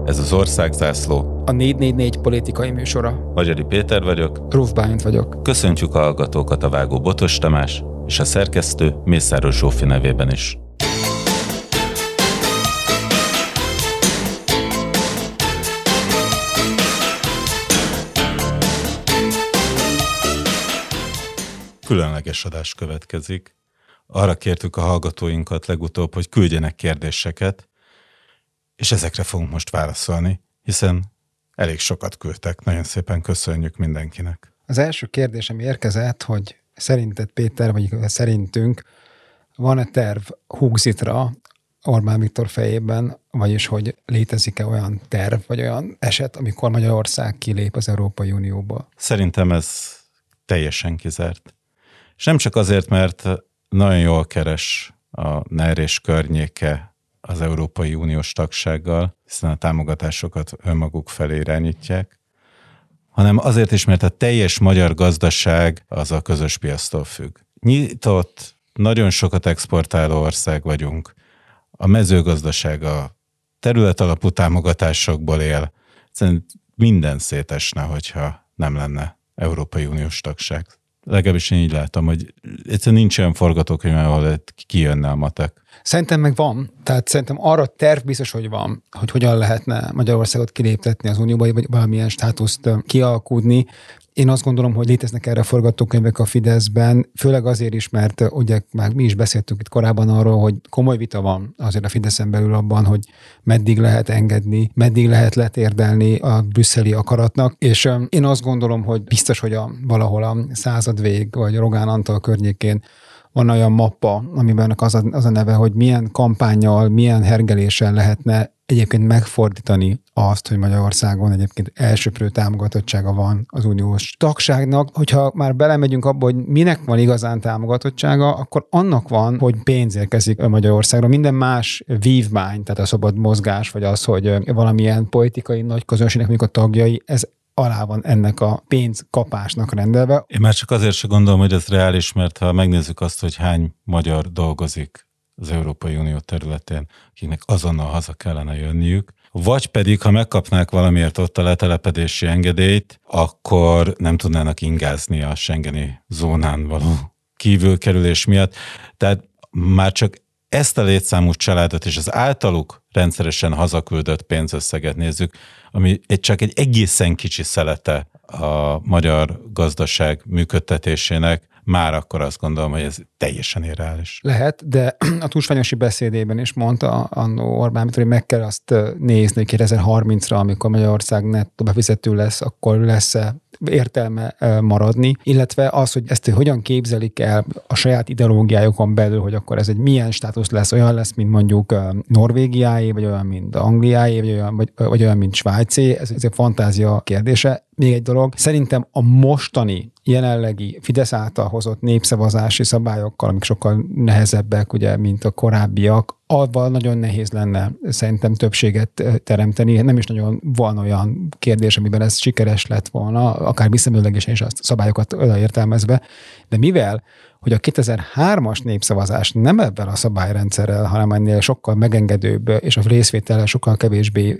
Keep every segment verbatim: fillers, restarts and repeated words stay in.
Ez az Országzászló. A négy négy négy politikai műsora. Magyari Péter vagyok. Ruf Bálint vagyok. Köszöntjük a hallgatókat, a vágó Botos Tamás és a szerkesztő Mészáros Zsófi nevében is. Különleges adás következik. Arra kértük a hallgatóinkat legutóbb, hogy küldjenek kérdéseket, és ezekre fogunk most válaszolni, hiszen elég sokat küldtek. Nagyon szépen köszönjük mindenkinek. Az első kérdés, ami érkezett, hogy szerinted, Péter, vagy szerintünk van-e terv Húgzitra Orbán Viktor fejében, vagyis hogy létezik-e olyan terv, vagy olyan eset, amikor Magyarország kilép az Európai Unióból? Szerintem ez teljesen kizárt. És nem csak azért, mert nagyon jól keres a NER és környéke az Európai Uniós tagsággal, hiszen a támogatásokat önmaguk felé irányítják, hanem azért is, mert a teljes magyar gazdaság az a közös piactól függ. Nyitott, nagyon sokat exportáló ország vagyunk. A mezőgazdaság a területalapú támogatásokból él. Szerintem minden szétesne, hogyha nem lenne Európai Uniós tagság. Legalábbis én így látom, hogy egyszerűen nincs olyan forgatókönyv, ahol kijönne a matek. Szerintem meg van. Tehát szerintem arra terv biztos, hogy van, hogy hogyan lehetne Magyarországot kiléptetni az Unióba, vagy valamilyen státuszt kialkudni. Én azt gondolom, hogy léteznek erre forgatókönyvek a Fideszben, főleg azért is, mert ugye már mi is beszéltünk itt korábban arról, hogy komoly vita van azért a Fideszen belül abban, hogy meddig lehet engedni, meddig lehet letérdelni a brüsszeli akaratnak, és én azt gondolom, hogy biztos, hogy a, valahol a századvég, vagy Rogán Antal környékén van olyan mappa, amiben az a, az a neve, hogy milyen kampánnyal, milyen hergeléssel lehetne egyébként megfordítani azt, hogy Magyarországon egyébként elsöprő támogatottsága van az uniós tagságnak. Hogyha már belemegyünk abba, hogy minek van igazán támogatottsága, akkor annak van, hogy pénz érkezik Magyarországra. Minden más vívmány, tehát a szabad mozgás, vagy az, hogy valamilyen politikai nagy közönségnek mondjuk a tagjai, ez alá van ennek a pénzkapásnak rendelve. Én már csak azért sem gondolom, hogy ez reális, mert ha megnézzük azt, hogy hány magyar dolgozik az Európai Unió területén, akiknek azonnal haza kellene jönniük, vagy pedig, ha megkapnák valamiért ott a letelepedési engedélyt, akkor nem tudnának ingázni a schengeni zónán való kívülkerülés miatt. Tehát már csak ezt a létszámú családot és az általuk rendszeresen hazaküldött pénzösszeget nézzük, ami csak egy egészen kicsi szelete a magyar gazdaság működtetésének, már akkor azt gondolom, hogy ez teljesen irreális. Lehet, de a túlsványosi beszédében is mondta annó Orbán Viktor, hogy meg kell azt nézni, hogy kétezer-harmincra, amikor Magyarország nettó befizető lesz, akkor lesz-e értelme maradni, illetve az, hogy ezt hogyan képzelik el a saját ideológiájukon belül, hogy akkor ez egy milyen státusz lesz, olyan lesz, mint mondjuk Norvégiáé, vagy olyan, mint Angliáé, vagy olyan, vagy, vagy olyan, mint Svájcé, ez, ez egy fantázia kérdése. Még egy dolog, szerintem a mostani, jelenlegi Fidesz által hozott népszavazási szabályokkal, amik sokkal nehezebbek, ugye, mint a korábbiak, avval nagyon nehéz lenne szerintem többséget teremteni. Nem is nagyon van olyan kérdés, amiben ez sikeres lett volna, akár visszamenőlegesen is a szabályokat értelmezve, de mivel hogy a kétezer-hármas népszavazás nem ebben a szabályrendszerrel, hanem ennél sokkal megengedőbb és a részvétellel sokkal kevésbé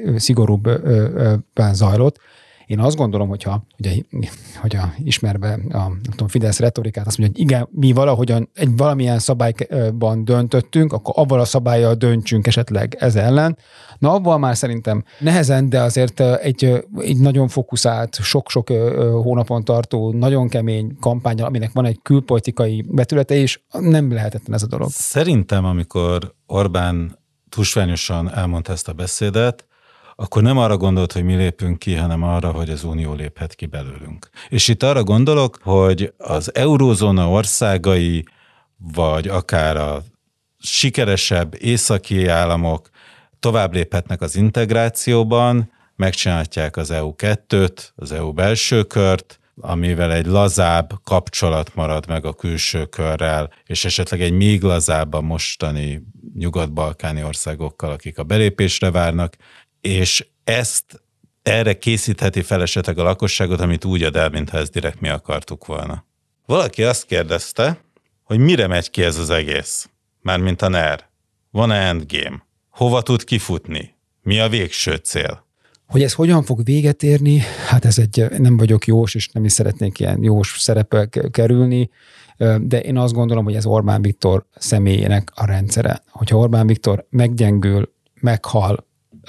szigorúbban zajlott, én azt gondolom, hogyha, ugye, hogyha ismerve a nem tudom, Fidesz retorikát, azt mondja, hogy igen, mi valahogyan egy valamilyen szabályban döntöttünk, akkor avval a szabállyal döntsünk esetleg ez ellen. Na, avval már szerintem nehezen, de azért egy, egy nagyon fókuszált, sok-sok hónapon tartó, nagyon kemény kampány, aminek van egy külpolitikai vetülete, és nem lehetetlen ez a dolog. Szerintem, amikor Orbán tusványosan elmondta ezt a beszédet, akkor nem arra gondolt, hogy mi lépünk ki, hanem arra, hogy az Unió léphet ki belőlünk. És itt arra gondolok, hogy az eurózóna országai, vagy akár a sikeresebb északi államok tovább léphetnek az integrációban, megcsinálják az é u kettőt, az é u belső kört, amivel egy lazább kapcsolat marad meg a külső körrel, és esetleg egy még lazább a mostani nyugat-balkáni országokkal, akik a belépésre várnak, és ezt erre készítheti fel esetleg a lakosságot, amit úgy ad el, mintha ezt direkt mi akartuk volna. Valaki azt kérdezte, hogy mire megy ki ez az egész? Mármint a NER. Van-e endgame? Hova tud kifutni? Mi a végső cél? Hogy ez hogyan fog véget érni, hát ez egy, nem vagyok jós, és nem is szeretnék ilyen jós szerepel kerülni, de én azt gondolom, hogy ez Orbán Viktor személyének a rendszere. Hogyha Orbán Viktor meggyengül, meghal,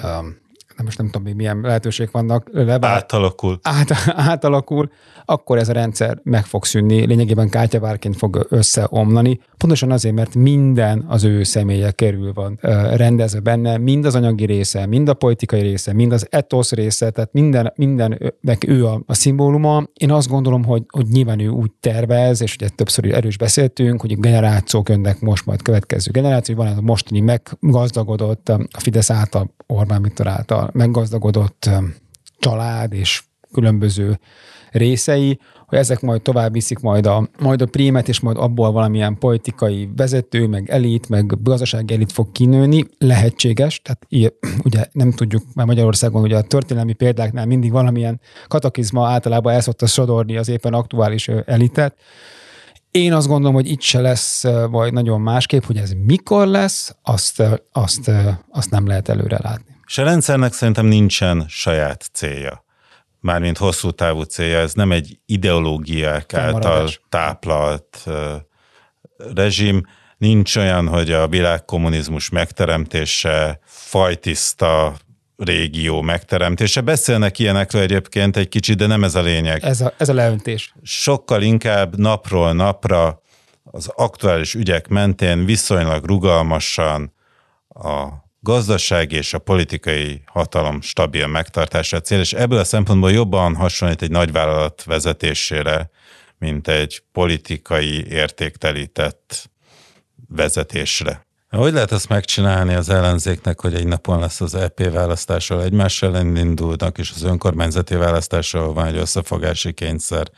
nem most nem tudom, még milyen lehetőség vannak. Lebár, átalakul. Át, átalakul, akkor ez a rendszer meg fog szűnni, lényegében kártyavárként fog összeomlani. Pontosan azért, mert minden az ő személye kerül van rendezve benne, mind az anyagi része, mind a politikai része, mind az etosz része, tehát minden, mindennek ő a, a szimbóluma. Én azt gondolom, hogy, hogy nyilván ő úgy tervez, és ugye többször erős beszéltünk, hogy a generációk önnek most majd következő generáció, van ez a mostani meggazdagodott, a Fidesz által, Orbán Viktor által meggazdagodott család és különböző részei, hogy ezek majd tovább viszik majd a, majd a prímet, és majd abból valamilyen politikai vezető, meg elit, meg gazdasági elit fog kinőni. Lehetséges, tehát így, ugye nem tudjuk, már Magyarországon ugye a történelmi példáknál mindig valamilyen kataklizma általában el szokta sodorni az éppen aktuális elitet. Én azt gondolom, hogy itt se lesz vagy nagyon másképp, hogy ez mikor lesz, azt, azt, azt nem lehet előre látni. És a rendszernek szerintem nincsen saját célja. Mármint hosszú távú célja, ez nem egy ideológiák által táplalt uh, rezsim. Nincs olyan, hogy a világkommunizmus megteremtése, fajtiszta régió megteremtése. Beszélnek ilyenekről egyébként egy kicsit, de nem ez a lényeg. Ez a, ez a leöntés. Sokkal inkább napról napra az aktuális ügyek mentén viszonylag rugalmasan a gazdasági és a politikai hatalom stabil megtartása a cél, és ebből a szempontból jobban hasonlít egy nagyvállalat vezetésére, mint egy politikai értéktelített vezetésre. Hogy lehet ezt megcsinálni az ellenzéknek, hogy egy napon lesz az é pé választással, egymás ellen indulnak, és az önkormányzati választással van egy összefogási kényszer.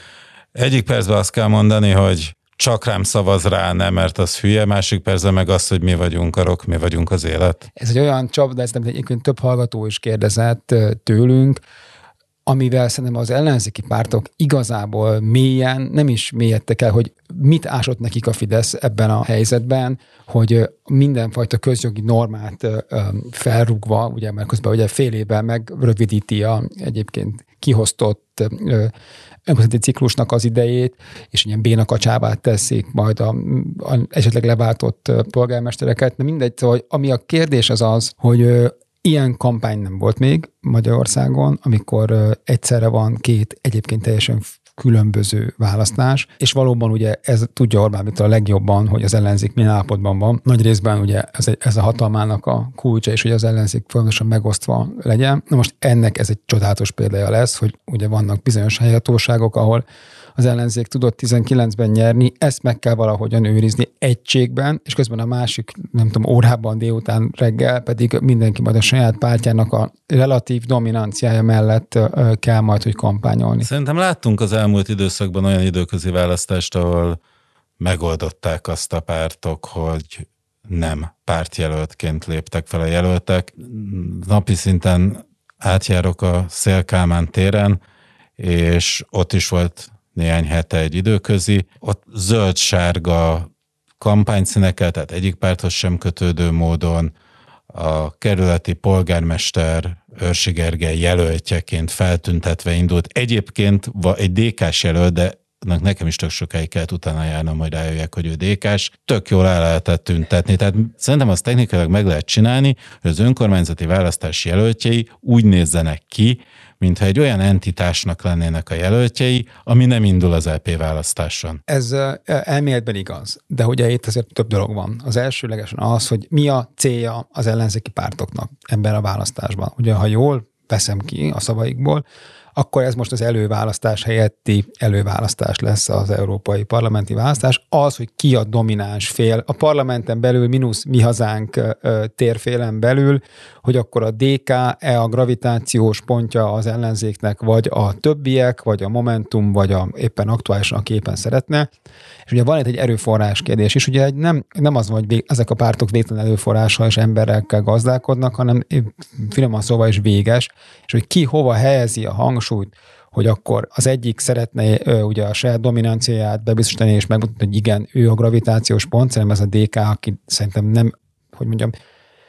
Egyik percben azt kell mondani, hogy csak rám szavaz rá, nem, mert az hülye, másik persze meg az, hogy mi vagyunk a rock, mi vagyunk az élet. Ez egy olyan csapda, ezt egyébként több hallgató is kérdezett tőlünk, amivel szerintem az ellenzéki pártok igazából mélyen nem is mélyedtek el, hogy mit ásott nekik a Fidesz ebben a helyzetben, hogy mindenfajta közjogi normát felrúgva, ugye, mert közben ugye fél évvel megrövidíti a egyébként kihoztott önkormányzati ciklusnak az idejét, és ilyen bénakacsává teszik majd a, a esetleg leváltott polgármestereket. De mindegy, szóval ami a kérdés az az, hogy ilyen kampány nem volt még Magyarországon, amikor egyszerre van két egyébként teljesen különböző választás, és valóban ugye ez tudja Orbán Viktor a legjobban, hogy az ellenzék milyen állapotban van. Nagy részben ugye ez, egy, ez a hatalmának a kulcsa, és hogy az ellenzék folyamatosan megosztva legyen. Na most ennek ez egy csodálatos példája lesz, hogy ugye vannak bizonyos helyhatóságok, ahol az ellenzék tudott tizenkilencben nyerni, ezt meg kell valahogyan őrizni egységben, és közben a másik, nem tudom, órában, délután, reggel pedig mindenki majd a saját pártjának a relatív dominanciája mellett kell majd, hogy kampányolni. Szerintem láttunk az elmúlt időszakban olyan időközi választást, ahol megoldották azt a pártok, hogy nem pártjelöltként léptek fel a jelöltek. Napi szinten átjárok a Széll-Kálmán téren, és ott is volt néhány hete egy időközi, ott zöld-sárga kampányszínekkel, tehát egyik párthoz sem kötődő módon a kerületi polgármester Őrsi Gergely jelöltjeként feltüntetve indult. Egyébként egy dé ká-s jelölt, de nekem is tök sokáig kellett utána járnom, hogy rájöjjek, hogy ő dé ká-s. Tök jól el lehetett tüntetni. Tehát szerintem azt technikailag meg lehet csinálni, hogy az önkormányzati választás jelöltjei úgy nézzenek ki, mintha egy olyan entitásnak lennének a jelöltjei, ami nem indul az é pé választáson. Ez elméletben igaz, de ugye itt azért több dolog van. Az elsőlegesen az, hogy mi a célja az ellenzéki pártoknak ebben a választásban. Ugye, ha jól veszem ki a szavaikból, akkor ez most az előválasztás helyetti előválasztás lesz az európai parlamenti választás. Az, hogy ki a domináns fél, a parlamenten belül mínusz mi hazánk térfélen belül, hogy akkor a dé ká-e a gravitációs pontja az ellenzéknek, vagy a többiek, vagy a Momentum, vagy a éppen aktuálisan, aki éppen szeretne. És ugye van itt egy erőforrás kérdés is, ugye nem, nem az van, hogy vég, ezek a pártok végtelen erőforrással és emberekkel gazdálkodnak, hanem finoman szóval is véges, és hogy ki hova helyezi a hangsúlyt, hogy akkor az egyik szeretne ugye a saját dominanciáját bebiztosítani, és megmutatni, hogy igen, ő a gravitációs pont, szerintem ez a dé ká, aki szerintem nem, hogy mondjam,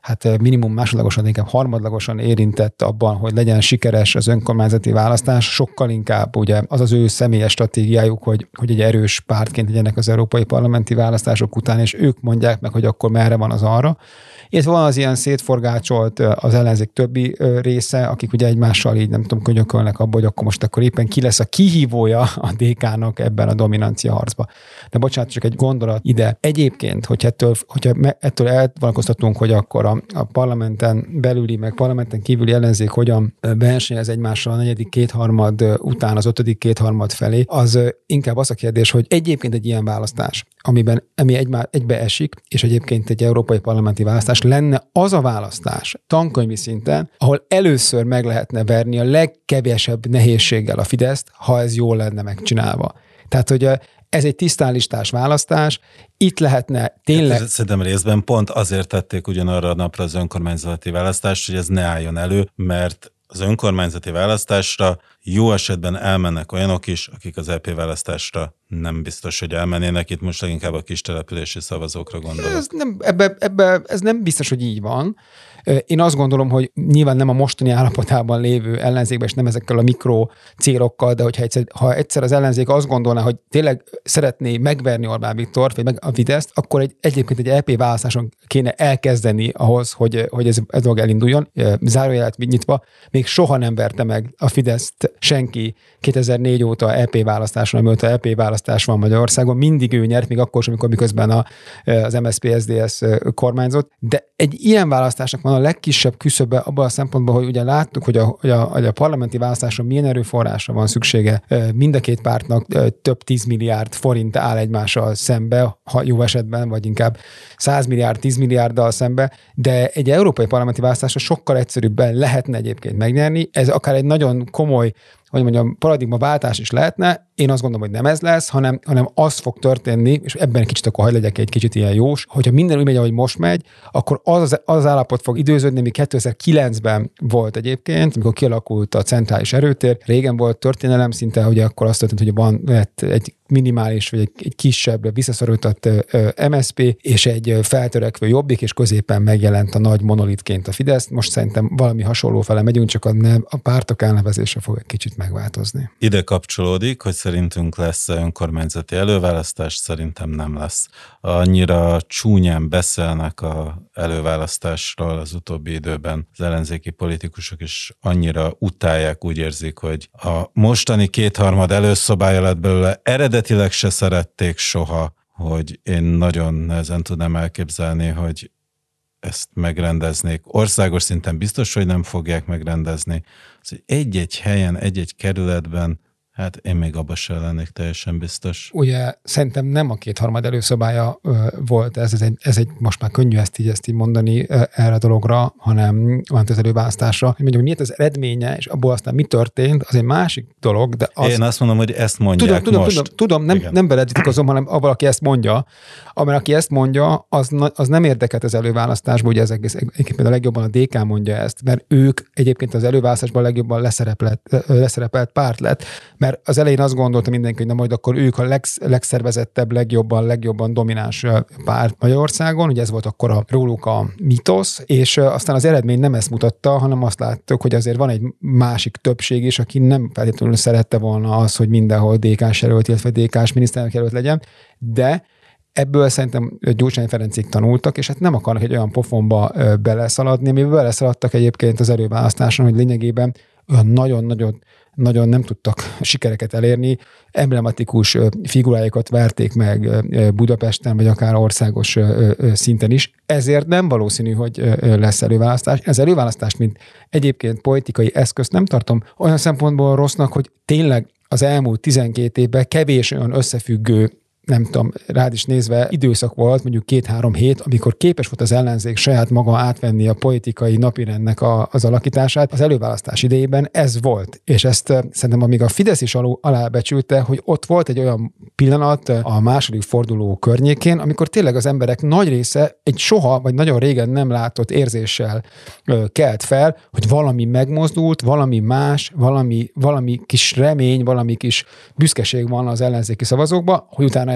hát minimum másodlagosan, inkább harmadlagosan érintett abban, hogy legyen sikeres az önkormányzati választás, sokkal inkább ugye az az ő személyes stratégiájuk, hogy, hogy egy erős pártként legyenek az európai parlamenti választások után, és ők mondják meg, hogy akkor merre van az arra. Illetve van az ilyen szétforgácsolt az ellenzék többi része, akik ugye egymással így nem tudom, könyökölnek abba, hogy akkor most akkor éppen ki lesz a kihívója a dé ká-nak ebben a dominancia harcba. De bocsánat, csak egy gondolat ide. Egyébként, hogy ettől, hogyha ettől elvonatkoztatunk, hogy akkor a, a parlamenten belüli, meg parlamenten kívüli ellenzék hogyan versenyez egymással a negyedik kétharmad után az ötödik kétharmad felé, az inkább az a kérdés, hogy egyébként egy ilyen választás, amiben ami egymá, egybe esik, és egyébként egy európai parlamenti választás lenne az a választás tankönyvi szinten, ahol először meg lehetne verni a legkevesebb nehézséggel a Fideszt, ha ez jól lenne megcsinálva. Tehát, hogy ez egy tisztán listás választás, itt lehetne tényleg... Hát, szerintem részben pont azért tették ugyanarra a napra az önkormányzati választást, hogy ez ne álljon elő, mert az önkormányzati választásra jó esetben elmennek olyanok is, akik az é pé választásra nem biztos, hogy elmennének. Itt most leginkább a kis települési szavazókra gondolok. Ez nem, ebbe, ebbe, ez nem biztos, hogy így van. Én azt gondolom, hogy nyilván nem a mostani állapotában lévő ellenzékben, és nem ezekkel a mikro célokkal, de hogyha egyszer, ha egyszer az ellenzék azt gondolná, hogy tényleg szeretné megverni Orbán Viktort, vagy meg a Fideszt, akkor egy, egyébként egy é pé választáson kéne elkezdeni ahhoz, hogy, hogy ez, ez dolog elinduljon. Zárójelet nyitva, még soha nem verte meg a Fideszt senki kétezer-négy óta é pé választáson, amióta é pé választás van Magyarországon. Mindig ő nyert, még akkor sem, amikor miközben a, az em es zé pé es dé es kormányzott. De egy ilyen választásnak van a legkisebb küszöbe abban a szempontból, hogy ugye láttuk, hogy a, hogy a, hogy a parlamenti választáson milyen erőforrásra van szüksége. Mind a két pártnak több tíz milliárd forint áll egymással szembe, ha jó esetben, vagy inkább száz milliárd, tíz milliárddal szembe, de egy európai parlamenti választásra sokkal egyszerűbben lehetne egyébként megnyerni. Ez akár egy nagyon komoly, hogy mondjam, paradigmaváltás is lehetne. Én azt gondolom, hogy nem ez lesz, hanem, hanem az fog történni, és ebben kicsit akkor hadd legyek egy kicsit ilyen jós, hogyha minden úgy megy, ahogy most megy, akkor az az, az állapot fog időződni, ami kétezer-kilencben volt egyébként, amikor kialakult a centrális erőtér. Régen volt történelem szinte, hogy akkor azt történt, hogy van lett egy minimális, vagy egy, egy kisebb, visszaszorított em es zé pé, és egy feltörekvő Jobbik, és középen megjelent a nagy monolitként a Fidesz. Most szerintem valami hasonló fele megyünk, csak a, nem, a pártok elnevezése fog egy kicsit megváltozni. Ide kapcsolódik, hogy szerintünk lesz önkormányzati előválasztás, szerintem nem lesz. Annyira csúnyán beszélnek a előválasztásról az utóbbi időben az ellenzéki politikusok is annyira utálják, úgy érzik, hogy a mostani kétharmad előszobája lett belőle, eredetileg se szerették soha, hogy én nagyon nehezen tudnám elképzelni, hogy ezt megrendeznék. Országos szinten biztos, hogy nem fogják megrendezni. Az, hogy egy-egy helyen, egy-egy kerületben, hát én még abba sem lennék teljesen biztos. Ugye szerintem nem a kétharmad előszobája ö, volt ez, ez egy, ez egy, most már könnyű ezt így, ezt így mondani ö, erre a dologra, hanem van az előválasztásra. Mondjuk, hogy miért az eredménye, és abból aztán mi történt, az egy másik dolog, de az... Én azt mondom, hogy ezt mondják tudom, tudom, most. Tudom, tudom, nem, nem beledítkozom, hanem avval, aki ezt mondja. Amely, aki ezt mondja, az, az nem érdekelt az előválasztásból, ugye ez egész, egyébként a legjobban a dé ká mondja ezt, mert ők egyébként az előválasztásban a legjobban leszerepelt, leszerepelt párt lett, mert az elején azt gondolta mindenki, hogy na majd akkor ők a legsz, legszervezettebb, legjobban, legjobban domináns párt Magyarországon, ugye ez volt akkor a, róluk a mitosz, és aztán az eredmény nem ezt mutatta, hanem azt láttuk, hogy azért van egy másik többség is, aki nem feltétlenül szerette volna az, hogy mindenhol dé ká-s jelölt, illetve dé ká-s miniszterelnök jelölt legyen, de ebből szerintem Gyurcsány Ferencék tanultak, és hát nem akarnak egy olyan pofonba beleszaladni, amiben beleszaladtak egyébként az előválasztáson, hogy lényegében olyan nagyon-nagyon nagyon nem tudtak sikereket elérni, emblematikus figurájukat verték meg Budapesten, vagy akár országos szinten is. Ezért nem valószínű, hogy lesz előválasztás. Ez előválasztást, mint egyébként politikai eszközt nem tartom olyan szempontból rossznak, hogy tényleg az elmúlt tizenkét évben kevés olyan összefüggő, nem tudom, rád is nézve időszak volt, mondjuk két-három hét, amikor képes volt az ellenzék saját maga átvenni a politikai napirendnek a, az alakítását. Az előválasztás idejében ez volt. És ezt szerintem amíg a Fidesz is alul, alábecsülte, hogy ott volt egy olyan pillanat a második forduló környékén, amikor tényleg az emberek nagy része egy soha, vagy nagyon régen nem látott érzéssel kelt fel, hogy valami megmozdult, valami más, valami, valami kis remény, valami kis büszkeség van az ellenzéki szavazókban, hogy utána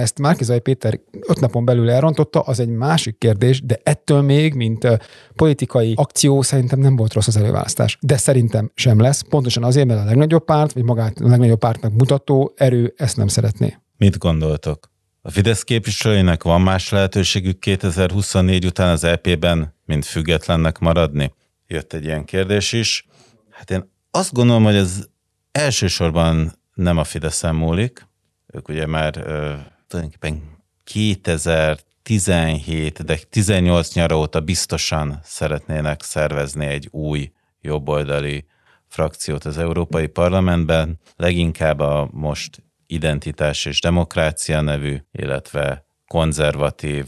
ezt Márki-Zay Péter öt napon belül elrontotta, az egy másik kérdés, de ettől még, mint politikai akció, szerintem nem volt rossz az előválasztás. De szerintem sem lesz, pontosan azért, mert a legnagyobb párt, vagy magát a legnagyobb pártnak mutató erő ezt nem szeretné. Mit gondoltok? A Fidesz képviselőinek van más lehetőségük kétezer-huszonnégy után az é pében, mint függetlennek maradni? Jött egy ilyen kérdés is. Hát én azt gondolom, hogy ez elsősorban nem a Fideszen múlik. Ők ugye már uh, tulajdonképpen kétezer-tizenhét, de tizennyolc nyara óta biztosan szeretnének szervezni egy új jobboldali frakciót az Európai Parlamentben, leginkább a most Identitás és Demokrácia nevű, illetve konzervatív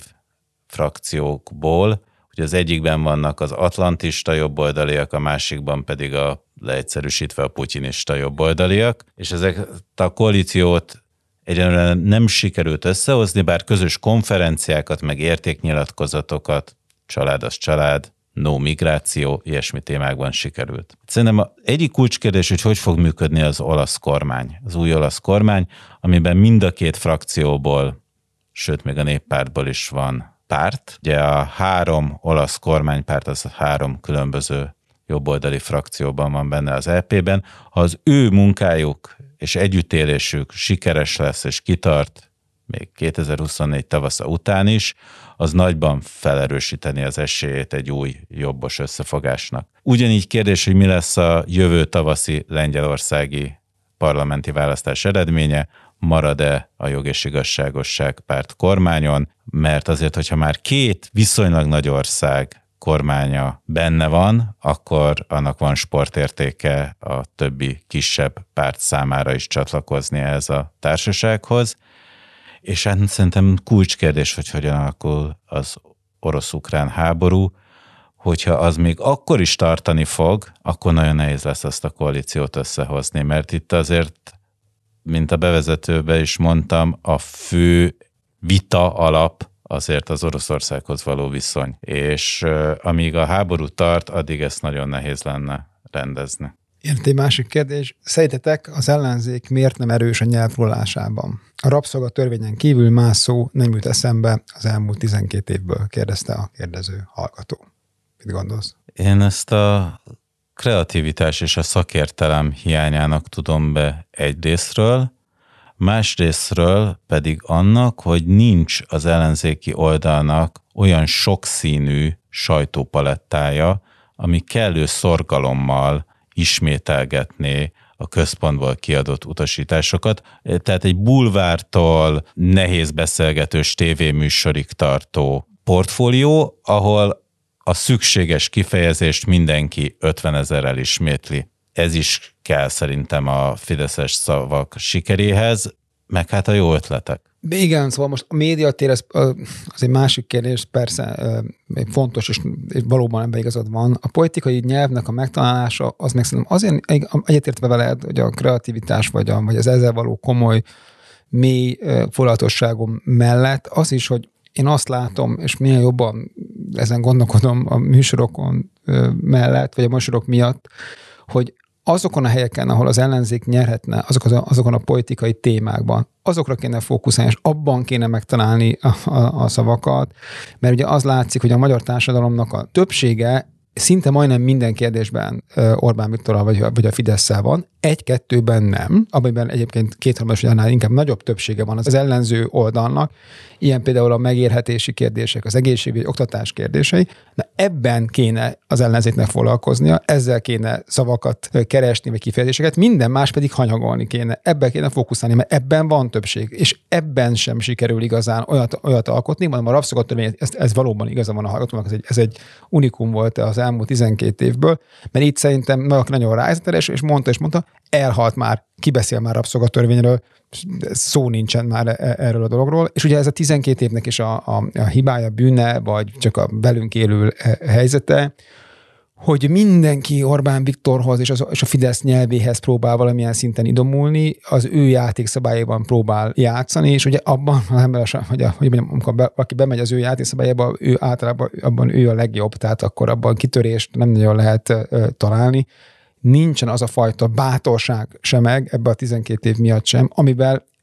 frakciókból. Ugye az egyikben vannak az atlantista jobboldaliak, a másikban pedig a leegyszerűsítve a putyinista jobboldaliak, és ezek a koalíciót egyenlően nem sikerült összehozni, bár közös konferenciákat, meg értéknyilatkozatokat, család az család, no migráció, ilyesmi témákban sikerült. Szerintem az egyik kulcskérdés, hogy hogy fog működni az olasz kormány, az új olasz kormány, amiben mind a két frakcióból, sőt még a néppártból is van párt. Ugye a három olasz kormánypárt, az három különböző jobboldali frakcióban van benne az é pében. Ha az ő munkájuk és együttélésük sikeres lesz és kitart, még kétezer-huszonnégy tavasza után is, az nagyban felerősíteni az esélyét egy új jobbos összefogásnak. Ugyanígy kérdés, hogy mi lesz a jövő tavaszi lengyelországi parlamenti választás eredménye, marad-e a Jog és Igazságosság párt kormányon, mert azért, hogyha már két viszonylag nagy ország kormánya benne van, akkor annak van sportértéke a többi kisebb párt számára is csatlakozni ehhez a társasághoz. És hát szerintem kulcskérdés, hogy hogyan alakul az orosz-ukrán háború, hogyha az még akkor is tartani fog, akkor nagyon nehéz lesz azt a koalíciót összehozni, mert itt azért, mint a bevezetőben is mondtam, a fő vita alap azért az Oroszországhoz való viszony. És amíg a háború tart, addig ezt nagyon nehéz lenne rendezni. Érte egy másik kérdés. Szerintetek az ellenzék miért nem erős a nyelvrólásában? A rabszolgatörvényen kívül más szó nem jut eszembe az elmúlt tizenkét évből, kérdezte a kérdező hallgató. Mit gondolsz? Én ezt a kreativitás és a szakértelem hiányának tudom be egyrészről, másrészről pedig annak, hogy nincs az ellenzéki oldalnak olyan sokszínű sajtópalettája, ami kellő szorgalommal ismételgetné a központból kiadott utasításokat. Tehát egy bulvártól nehéz beszélgetős tévéműsorig tartó portfólió, ahol a szükséges kifejezést mindenki ötvenezerrel ismétli. Ez is kell szerintem a fideszes szavak sikeréhez, meg hát a jó ötletek. Igen, szóval most a médiatér, az, az egy másik kérdés, persze fontos, és valóban ebben igazad van. A politikai nyelvnek a megtalálása, az meg szerintem azért egyetértve veled, hogy a kreativitás, vagy, a, vagy az ezzel való komoly, mély foglalatosságom mellett, az is, hogy én azt látom, és minél jobban ezen gondolkodom a műsorokon mellett, vagy a műsorok miatt, hogy azokon a helyeken, ahol az ellenzék nyerhetne, azok az a, azokon a politikai témákban, azokra kéne fókuszálni, és abban kéne megtalálni a, a, a szavakat, mert ugye az látszik, hogy a magyar társadalomnak a többsége szinte majdnem minden kérdésben Orbán Viktorral vagy, vagy a Fidesszel van, egy-kettőben nem, amiben egyébként kétharmados, annál inkább nagyobb többsége van az ellenző oldalnak, ilyen például a megérhetési kérdések, az egészségügyi, oktatás kérdései, de ebben kéne az ellenzéknek foglalkoznia, ezzel kéne szavakat keresni, vagy kifejezéseket, minden más pedig hanyagolni kéne, ebben kéne fókuszálni, mert ebben van többség, és ebben sem sikerül igazán olyat, olyat alkotni, hanem a rabszolgatörvény, ez, ez valóban igaza van a hallgatónak, ez egy, ez egy unikum volt az elmúlt tizenkét évből, mert itt szerintem nagyon rájzeteres, és mondta, és mondta, elhalt már, ki beszél már rabszolgatörvényről, szó nincsen már erről a dologról, és ugye ez a tizenkét évnek is a, a, a hibája, bűne, vagy csak a velünk élő helyzete, hogy mindenki Orbán Viktorhoz és, az, és a Fidesz nyelvéhez próbál valamilyen szinten idomulni, az ő játékszabályában próbál játszani, és ugye abban, hogy, a, hogy mondjam, amikor be, aki bemegy az ő játékszabályába, ő általában abban ő a legjobb, tehát akkor abban kitörést nem nagyon lehet uh, találni. Nincsen az a fajta bátorság sem meg ebbe a tizenkét év miatt sem, amivel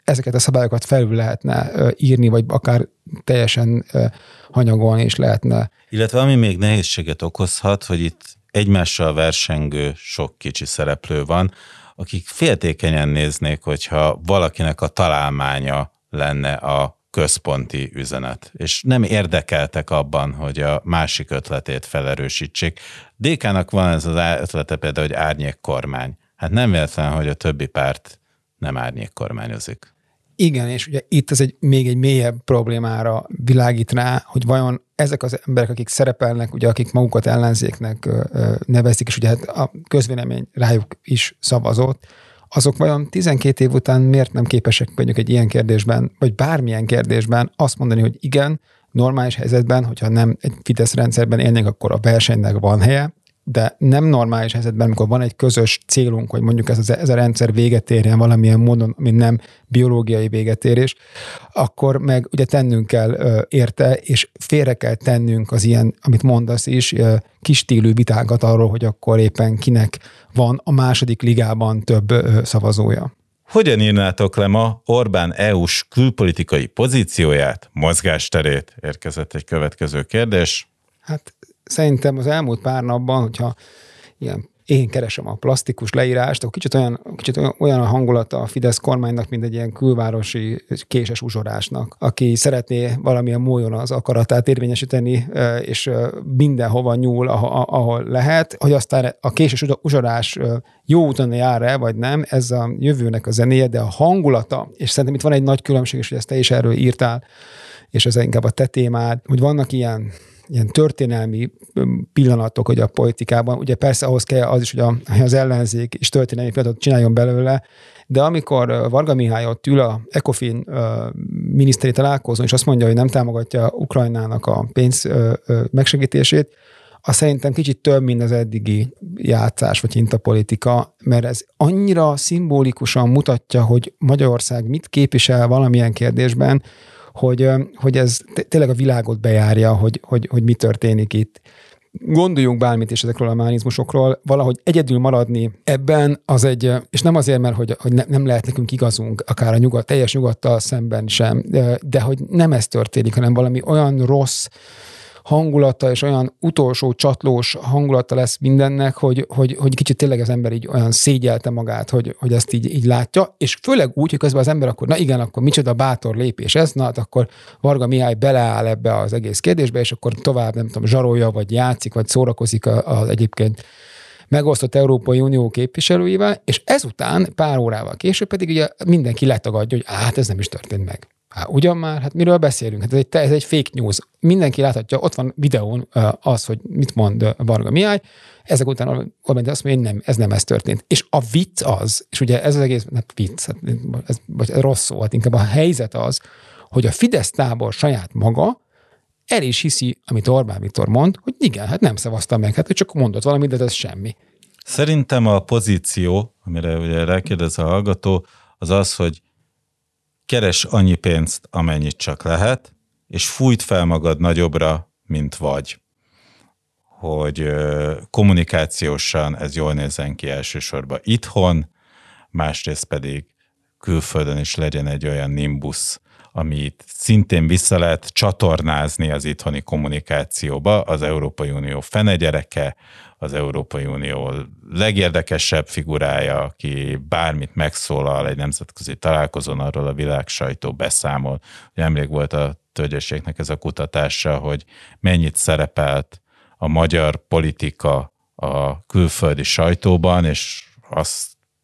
ezeket a szabályokat felül lehetne írni, vagy akár teljesen hanyagolni is lehetne. Illetve ami még nehézséget okozhat, hogy itt egymással versengő sok kicsi szereplő van, akik féltékenyen néznék, hogyha valakinek a találmánya lenne a központi üzenet, és nem érdekeltek abban, hogy a másik ötletét felerősítsék. dé ká-nak van ez az ötlete például, hogy árnyékkormány. Hát nem véletlen, hogy a többi párt nem árnyékkormányozik. Igen, és ugye itt ez egy, még egy mélyebb problémára világít rá, hogy vajon ezek az emberek, akik szerepelnek, ugye akik magukat ellenzéknek nevezik, és ugye hát a közvélemény rájuk is szavazott, azok vajon tizenkét év után miért nem képesek mondjuk egy ilyen kérdésben, vagy bármilyen kérdésben azt mondani, hogy igen, normális helyzetben, hogyha nem egy Fidesz rendszerben élnénk, akkor a versenynek van helye, de nem normális helyzetben, amikor van egy közös célunk, hogy mondjuk ez, az, ez a rendszer véget érjen valamilyen módon, ami nem biológiai végetérés, akkor meg ugye tennünk kell ö, érte, és félre kell tennünk az ilyen, amit mondasz is, ö, kis stílű vitákat arról, hogy akkor éppen kinek van a második ligában több ö, szavazója. Hogyan írnátok le ma Orbán é u-s külpolitikai pozícióját, mozgásterét? Érkezett egy következő kérdés. Hát szerintem az elmúlt pár napban, hogyha ilyen én keresem a plastikus leírást, akkor kicsit olyan, kicsit olyan a hangulata a Fidesz kormánynak, mint egy ilyen külvárosi késes uzsorásnak, aki szeretné valamilyen módon az akaratát érvényesíteni, és mindenhova nyúl, ahol lehet, hogy aztán a késes uzsorás jó úton jár-e, vagy nem, ez a jövőnek a zenéje, de a hangulata, és szerintem itt van egy nagy különbség, és hogy ezt te is erről írtál, és ez inkább a te témád, hogy vannak ilyen ilyen történelmi pillanatok, hogy a politikában, ugye persze ahhoz kell az is, hogy a, az ellenzék is történelmi pillanatot csináljon belőle, de amikor Varga Mihály ott ül a ECOFIN miniszteri találkozón, és azt mondja, hogy nem támogatja Ukrajnának a pénz megsegítését, az szerintem kicsit több, mint az eddigi játszás vagy hintapolitika, mert ez annyira szimbolikusan mutatja, hogy Magyarország mit képvisel valamilyen kérdésben, hogy, hogy ez tényleg a világot bejárja, hogy, hogy, hogy mi történik itt. Gondoljunk bármit is ezekről a mechanizmusokról, valahogy egyedül maradni ebben az egy, és nem azért, mert hogy, hogy ne, nem lehet nekünk igazunk, akár a nyugat, teljes nyugattal szemben sem, de, de hogy nem ez történik, hanem valami olyan rossz hangulata és olyan utolsó csatlós hangulata lesz mindennek, hogy, hogy, hogy kicsit tényleg az ember így olyan szégyelte magát, hogy, hogy ezt így, így látja, és főleg úgy, hogy közben az ember akkor, na igen, akkor micsoda bátor lépés ez, na hát akkor Varga Mihály beleáll ebbe az egész kérdésbe, és akkor tovább, nem tudom, zsarolja, vagy játszik, vagy szórakozik az egyébként megosztott Európai Unió képviselőivel, és ezután pár órával később pedig ugye mindenki letagadja, hogy hát ez nem is történt meg. Hát ugyan már, hát miről beszélünk? Hát ez egy, ez egy fake news. Mindenki láthatja, ott van videón az, hogy mit mond Varga Mihály, ezek után Orbán azt mondja, hogy nem, ez nem ez történt. És a vicc az, és ugye ez az egész, nem vicc, ez, vagy rossz szó, hát inkább a helyzet az, hogy a Fidesz tábor saját maga el is hiszi, amit Orbán Viktor mond, hogy igen, hát nem szavazta meg, hát csak mondott valamit, de ez semmi. Szerintem a pozíció, amire ugye rákérdez a hallgató, az az, hogy keres annyi pénzt, amennyit csak lehet, és fújt fel magad nagyobbra, mint vagy. Hogy kommunikációsan ez jól nézzen ki elsősorban itthon, másrészt pedig külföldön is legyen egy olyan nimbusz, amit szintén vissza lehet csatornázni az itthoni kommunikációba, az Európai Unió fenegyereke, az Európai Unió legérdekesebb figurája, aki bármit megszólal egy nemzetközi találkozón, arról a világ sajtó beszámol. Nemrég volt a Tölgyességnek ez a kutatása, hogy mennyit szerepelt a magyar politika a külföldi sajtóban, és azt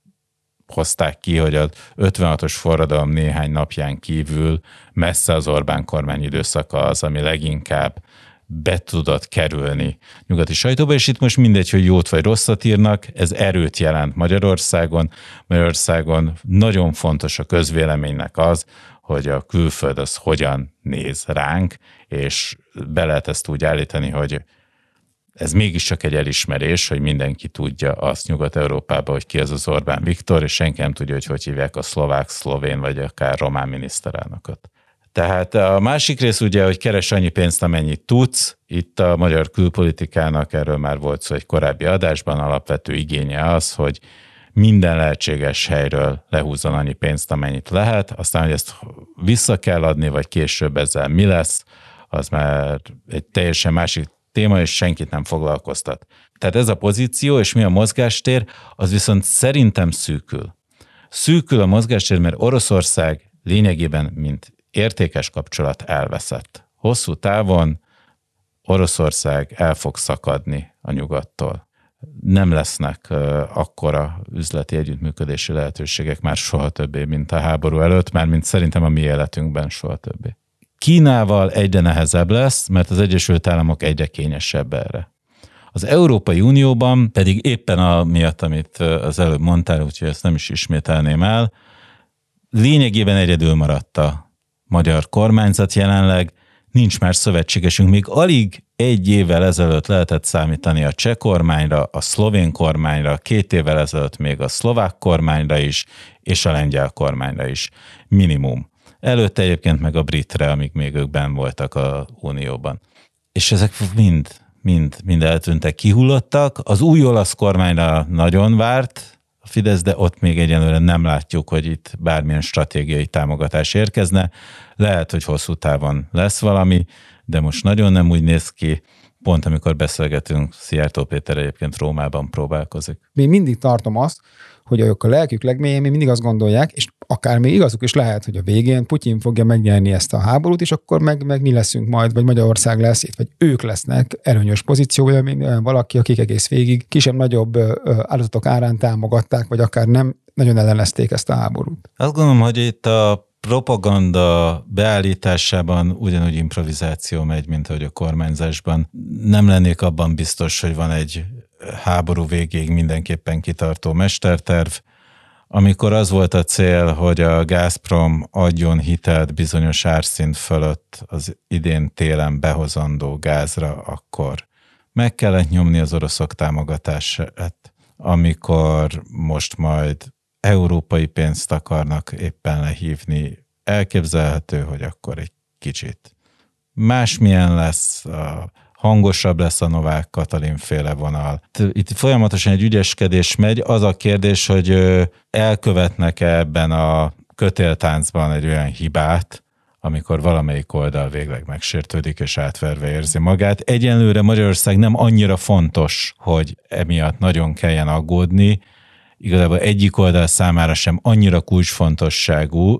hozták ki, hogy az ötvenhatos forradalom néhány napján kívül messze az Orbán kormány időszaka az, ami leginkább be tudott kerülni nyugati sajtóba, és itt most mindegy, hogy jót vagy rosszat írnak, ez erőt jelent Magyarországon. Magyarországon nagyon fontos a közvéleménynek az, hogy a külföld az hogyan néz ránk, és be lehet ezt úgy állítani, hogy ez mégiscsak egy elismerés, hogy mindenki tudja azt Nyugat-Európában, hogy ki az az Orbán Viktor, és senki nem tudja, hogy hogy hívják a szlovák, szlovén, vagy akár román miniszterelnököt. Tehát a másik rész ugye, hogy keres annyi pénzt, amennyit tudsz. Itt a magyar külpolitikának, erről már volt szó egy korábbi adásban, alapvető igénye az, hogy minden lehetséges helyről lehúzzon annyi pénzt, amennyit lehet, aztán, hogy ezt vissza kell adni, vagy később ezzel mi lesz, az már egy teljesen másik téma, és senkit nem foglalkoztat. Tehát ez a pozíció, és mi a mozgástér, az viszont szerintem szűkül. Szűkül a mozgástér, mert Oroszország lényegében, mint értékes kapcsolat elveszett. Hosszú távon Oroszország el fog szakadni a nyugattól. Nem lesznek uh, akkora üzleti együttműködési lehetőségek már soha többé, mint a háború előtt, mármint szerintem a mi életünkben soha többé. Kínával egyre nehezebb lesz, mert az Egyesült Államok egyre kényesebb erre. Az Európai Unióban pedig éppen amiatt, amit az előbb mondtál, úgyhogy ezt nem is ismételném el, lényegében egyedül maradt a magyar kormányzat jelenleg, nincs már szövetségesünk, még alig egy évvel ezelőtt lehetett számítani a cseh kormányra, a szlovén kormányra, két évvel ezelőtt még a szlovák kormányra is, és a lengyel kormányra is. Minimum. Előtte egyébként meg a britre, amíg még ők benn voltak a Unióban. És ezek mind, mind, mind eltűntek, kihullottak. Az új olasz kormányra nagyon várt a Fidesz, de ott még egyenlőre nem látjuk, hogy itt bármilyen stratégiai támogatás érkezne. Lehet, hogy hosszú távon lesz valami, de most nagyon nem úgy néz ki. Pont amikor beszélgetünk, Szijjártó Péter egyébként Rómában próbálkozik. Még mindig tartom azt, hogy ők a lelkük legmélyén még mindig azt gondolják, és akár még igazuk is lehet, hogy a végén Putyin fogja megnyerni ezt a háborút, és akkor meg, meg mi leszünk majd, vagy Magyarország lesz itt, vagy ők lesznek előnyös pozícióban, mint valaki, akik egész végig kisebb-nagyobb áldozatok árán támogatták, vagy akár nem nagyon ellenezték ezt a háborút. Azt gondolom, hogy itt a propaganda beállításában ugyanúgy improvizáció megy, mint ahogy a kormányzásban. Nem lennék abban biztos, hogy van egy háború végéig mindenképpen kitartó mesterterv. Amikor az volt a cél, hogy a Gazprom adjon hitelt bizonyos árszint fölött az idén télen behozandó gázra, akkor meg kellett nyomni az oroszok támogatását. Amikor most majd európai pénzt akarnak éppen lehívni, elképzelhető, hogy akkor egy kicsit másmilyen lesz, a hangosabb lesz a Novák Katalin féle vonal. Itt folyamatosan egy ügyeskedés megy. Az a kérdés, hogy elkövetnek-e ebben a kötéltáncban egy olyan hibát, amikor valamelyik oldal végleg megsértődik és átverve érzi magát. Egyenlőre Magyarország nem annyira fontos, hogy emiatt nagyon kelljen aggódni. Igazából egyik oldal számára sem annyira kulcsfontosságú,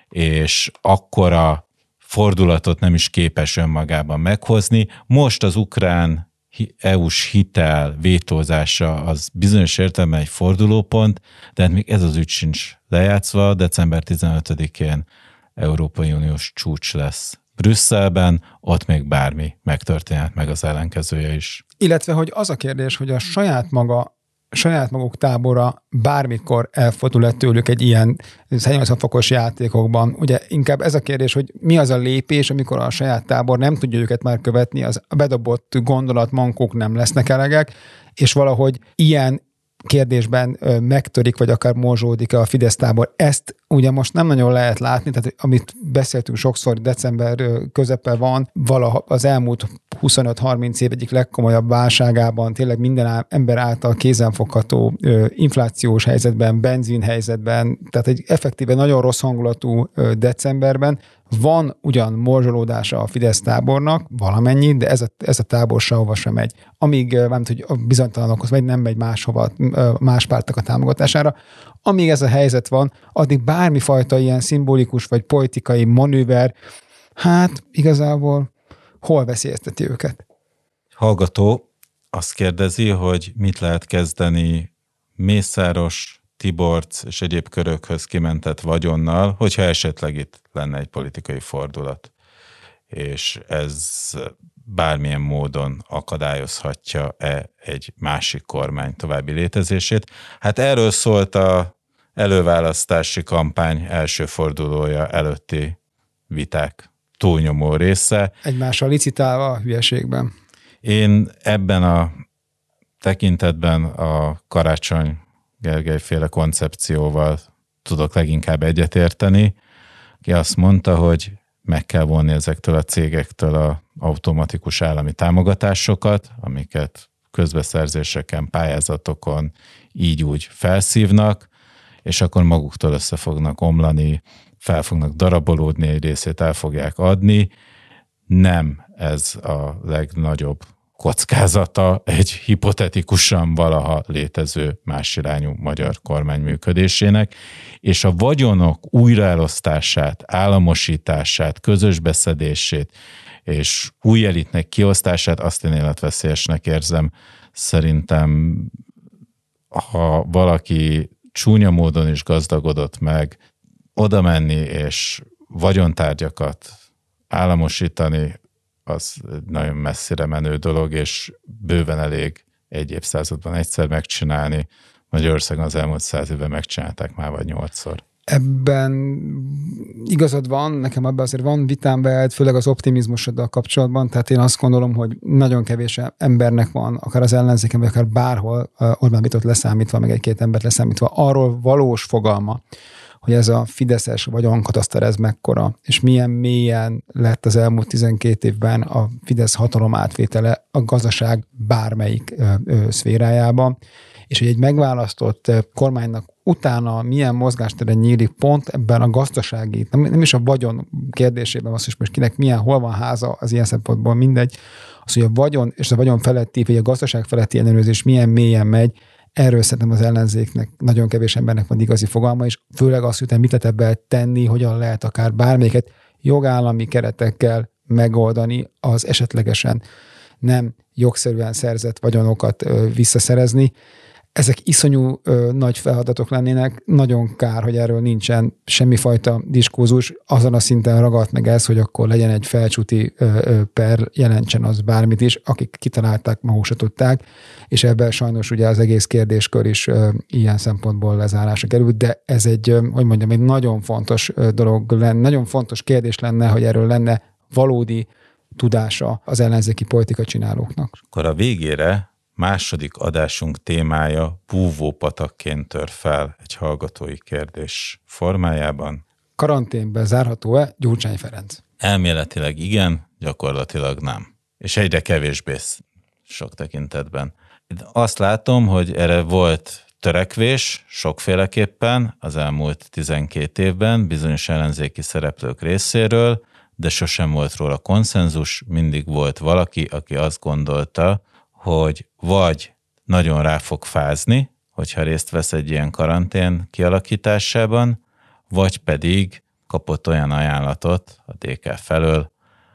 és akkora fordulatot nem is képes önmagában meghozni. Most az ukrán é u-s hitel vétózása az bizonyos értelemben egy fordulópont, de hát még ez az ügy sincs lejátszva. december tizenötödikén Európai Uniós csúcs lesz Brüsszelben, ott még bármi megtörténhet, meg az ellenkezője is. Illetve, hogy az a kérdés, hogy a saját maga saját maguk tábora bármikor elfordul tőlük egy ilyen száznyolcvan fokos játékokban. Ugye inkább ez a kérdés, hogy mi az a lépés, amikor a saját tábor nem tudja őket már követni, az a bedobott gondolat, mankók nem lesznek elegek, és valahogy ilyen kérdésben megtörik, vagy akár morzsódik a Fidesz tábor. Ezt ugye most nem nagyon lehet látni, tehát amit beszéltünk sokszor, december közepe van, valaha az elmúlt huszonöt-harminc év egyik legkomolyabb válságában, tényleg minden ember által kézenfogható inflációs helyzetben, benzin helyzetben, tehát egy effektíve nagyon rossz hangulatú decemberben van ugyan morzsolódása a Fidesz tábornak, valamennyi, de ez a, ez a tábor sehova sem megy. Amíg, nem hogy a bizonytalanokhoz megy, nem megy máshova, más pártok a támogatására. Amíg ez a helyzet van, addig bármifajta ilyen szimbolikus vagy politikai manőver, hát igazából hol veszélyezteti őket? Hallgató azt kérdezi, hogy mit lehet kezdeni Mészáros, Tiborcs és egyéb körökhöz kimentett vagyonnal, hogyha esetleg itt lenne egy politikai fordulat. És ez bármilyen módon akadályozhatja-e egy másik kormány további létezését. Hát erről szólt a előválasztási kampány első fordulója előtti viták túlnyomó része. Egymással licitálva a hülyeségben. Én ebben a tekintetben a Karácsony Gergely-féle koncepcióval tudok leginkább egyetérteni, aki azt mondta, hogy meg kell vonni ezektől a cégektől az automatikus állami támogatásokat, amiket közbeszerzéseken, pályázatokon így úgy felszívnak, és akkor maguktól össze fognak omlani, fel fognak darabolódni, egy részét el fogják adni. Nem ez a legnagyobb kockázata egy hipotetikusan valaha létező másirányú magyar kormány működésének, és a vagyonok újraelosztását, államosítását, közös beszedését és új elitnek kiosztását azt én életveszélyesnek érzem. Szerintem, ha valaki csúnya módon is gazdagodott meg, oda menni és vagyontárgyakat államosítani, az nagyon messzire menő dolog, és bőven elég egy évszázadban egyszer megcsinálni. Magyarországon az elmúlt száz évben megcsinálták már vagy nyolcszor. Ebben igazad van, nekem abban azért van vitám veled, főleg az optimizmusoddal kapcsolatban, tehát én azt gondolom, hogy nagyon kevés embernek van, akár az ellenzéken, vagy akár bárhol, Orbán Viktor leszámítva, meg egy-két embert leszámítva, arról valós fogalma, hogy ez a fideszes vagyonkataszter ez mekkora, és milyen mélyen lett az elmúlt tizenkét évben a Fidesz hatalom átvétele a gazdaság bármelyik ö, ö, szférájában, és hogy egy megválasztott kormánynak utána milyen mozgásteren nyílik pont ebben a gazdasági, nem, nem is a vagyon kérdésében, az is most kinek milyen, hol van háza, az ilyen szempontból mindegy, az, hogy a vagyon és a vagyon feletti, vagy a gazdaság feletti ellenőrzés milyen mélyen megy, erről szerintem az ellenzéknek nagyon kevés embernek van igazi fogalma, és főleg azt, hogy mit lehet ebben tenni, hogyan lehet akár bármelyiket jogállami keretekkel megoldani az esetlegesen nem jogszerűen szerzett vagyonokat visszaszerezni. Ezek iszonyú ö, nagy feladatok lennének, nagyon kár, hogy erről nincsen semmifajta diskurzus, azon a szinten ragadt meg ez, hogy akkor legyen egy felcsúti ö, ö, per, jelentsen az bármit is, akik kitalálták, maguk se tudták, és ebben sajnos ugye az egész kérdéskör is ö, ilyen szempontból lezárásra került, de ez egy, ö, hogy mondjam, egy nagyon fontos ö, dolog lenne, nagyon fontos kérdés lenne, hogy erről lenne valódi tudása az ellenzéki politika csinálóknak. Akkor a végére második adásunk témája búvópatakként tör fel egy hallgatói kérdés formájában. Karanténben zárható-e Gyurcsány Ferenc? Elméletileg igen, gyakorlatilag nem. És egyre kevésbé sok tekintetben. Azt látom, hogy erre volt törekvés sokféleképpen az elmúlt tizenkét évben bizonyos ellenzéki szereplők részéről, de sosem volt róla konszenzus, mindig volt valaki, aki azt gondolta, hogy vagy nagyon rá fog fázni, hogyha részt vesz egy ilyen karantén kialakításában, vagy pedig kapott olyan ajánlatot a dé ká felől,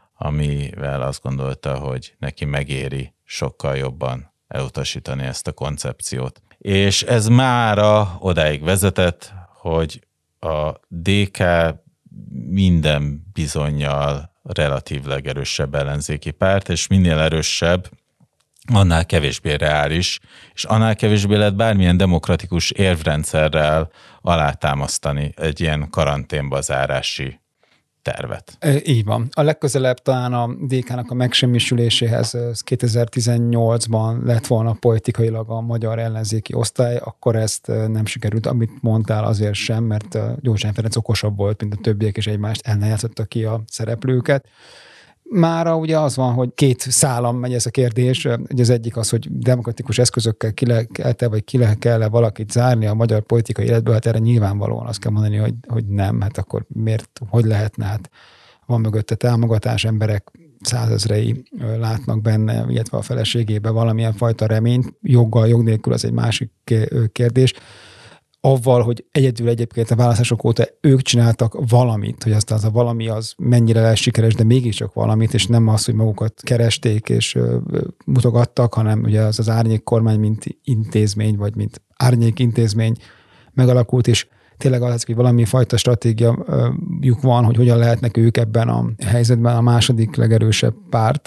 amivel azt gondolta, hogy neki megéri sokkal jobban elutasítani ezt a koncepciót. És ez mára odáig vezetett, hogy a dé ká minden bizonnyal relatív legerősebb ellenzéki párt, és minél erősebb, annál kevésbé reális, és annál kevésbé lehet bármilyen demokratikus érvrendszerrel alátámasztani egy ilyen karanténba zárási tervet. Így van. A legközelebb talán a dé ká-nak a megsemmisüléséhez kétezer-tizennyolcban lett volna politikailag a magyar ellenzéki osztály, akkor ezt nem sikerült, amit mondtál, azért sem, mert Gyurcsány Ferenc okosabb volt, mint a többiek, és egymást elnejátszotta ki a szereplőket. Mára ugye az van, hogy két szálam megy ez a kérdés. Ugye az egyik az, hogy demokratikus eszközökkel ki lehet, vagy ki lehet kell valakit zárni a magyar politikai életből, hát erre nyilvánvalóan azt kell mondani, hogy, hogy nem, hát akkor miért, hogy lehetne, hát van mögötte támogatás, emberek százezrei látnak benne, illetve a feleségébe valamilyen fajta reményt, joggal, jog nélkül az egy másik kérdés. Avval, hogy egyedül egyébként a választások óta ők csináltak valamit, hogy aztán az a valami az mennyire lesz sikeres, de mégiscsak valamit, és nem az, hogy magukat keresték és mutogattak, hanem ugye az az árnyék kormány, mint intézmény, vagy mint árnyék intézmény megalakult, és tényleg az, hogy valami fajta stratégiajuk van, hogy hogyan lehetnek ők ebben a helyzetben a második legerősebb párt.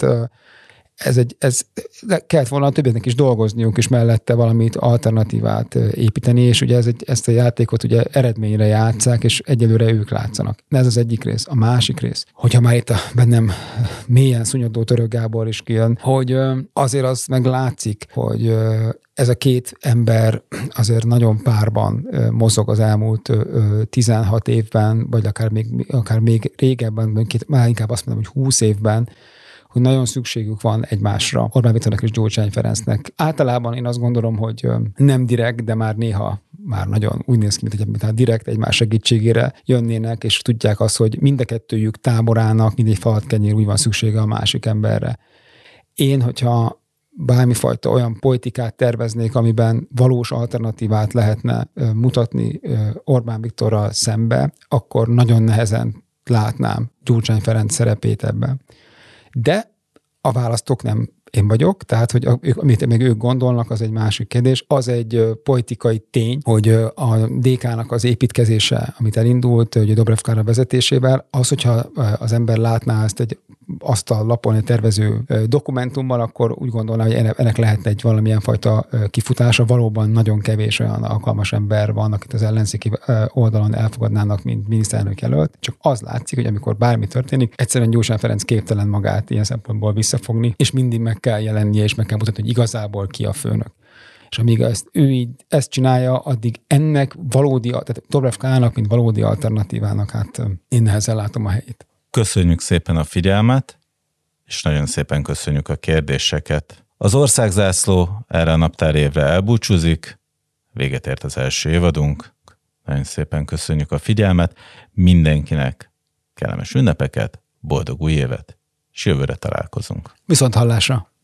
Ez egy, ez kellett volna a többieknek is dolgozniuk, és mellette valamit alternatívát építeni, és ugye ez egy, ezt a játékot ugye eredményre játsszák, és egyelőre ők látszanak. Ez az egyik rész. A másik rész, hogyha már itt a bennem mélyen szunnyadó Török Gábor is kijön, hogy azért az meg látszik, hogy ez a két ember azért nagyon párban mozog az elmúlt tizenhat évben, vagy akár még, akár még régebben, már inkább azt mondom, hogy húsz évben, hogy nagyon szükségük van egymásra, Orbán Viktornak és Gyurcsány Ferencnek. Általában én azt gondolom, hogy nem direkt, de már néha már nagyon úgy néz ki, mint hogy direkt egymás segítségére jönnének, és tudják azt, hogy mind a kettőjük táborának, mindegy falat kenyér úgy van szüksége a másik emberre. Én, hogyha bármifajta olyan politikát terveznék, amiben valós alternatívát lehetne mutatni Orbán Viktorral szembe, akkor nagyon nehezen látnám Gyurcsány Ferenc szerepét ebben. De a választók nem én vagyok, tehát, hogy ők, amit még ők gondolnak, az egy másik kérdés. Az egy politikai tény, hogy a dé ká-nak az építkezése, amit elindult, hogy a Dobrev Klára vezetésével, az, hogyha az ember látná ezt egy asztallapon, egy tervező dokumentumban, akkor úgy gondolná, hogy ennek lehetne egy valamilyen fajta kifutása. Valóban nagyon kevés olyan alkalmas ember van, akit az ellenzéki oldalon elfogadnának, mint miniszterelnök jelölt. Csak az látszik, hogy amikor bármi történik, egyszerűen Gyurcsány Ferenc képtelen magát ilyen szempontból visszafogni, és mindig meg kell jelennie, és meg kell mutatni, hogy igazából ki a főnök. És amíg ezt, ő így ezt csinálja, addig ennek valódi, tehát Dobrev Klárának, mint valódi alternatívának, hát én nehezen látom a helyét. Köszönjük szépen a figyelmet, és nagyon szépen köszönjük a kérdéseket. Az országzászló erre a naptári évre elbúcsúzik, véget ért az első évadunk. Nagyon szépen köszönjük a figyelmet, mindenkinek kellemes ünnepeket, boldog új évet, és jövőre találkozunk. Viszont hallásra!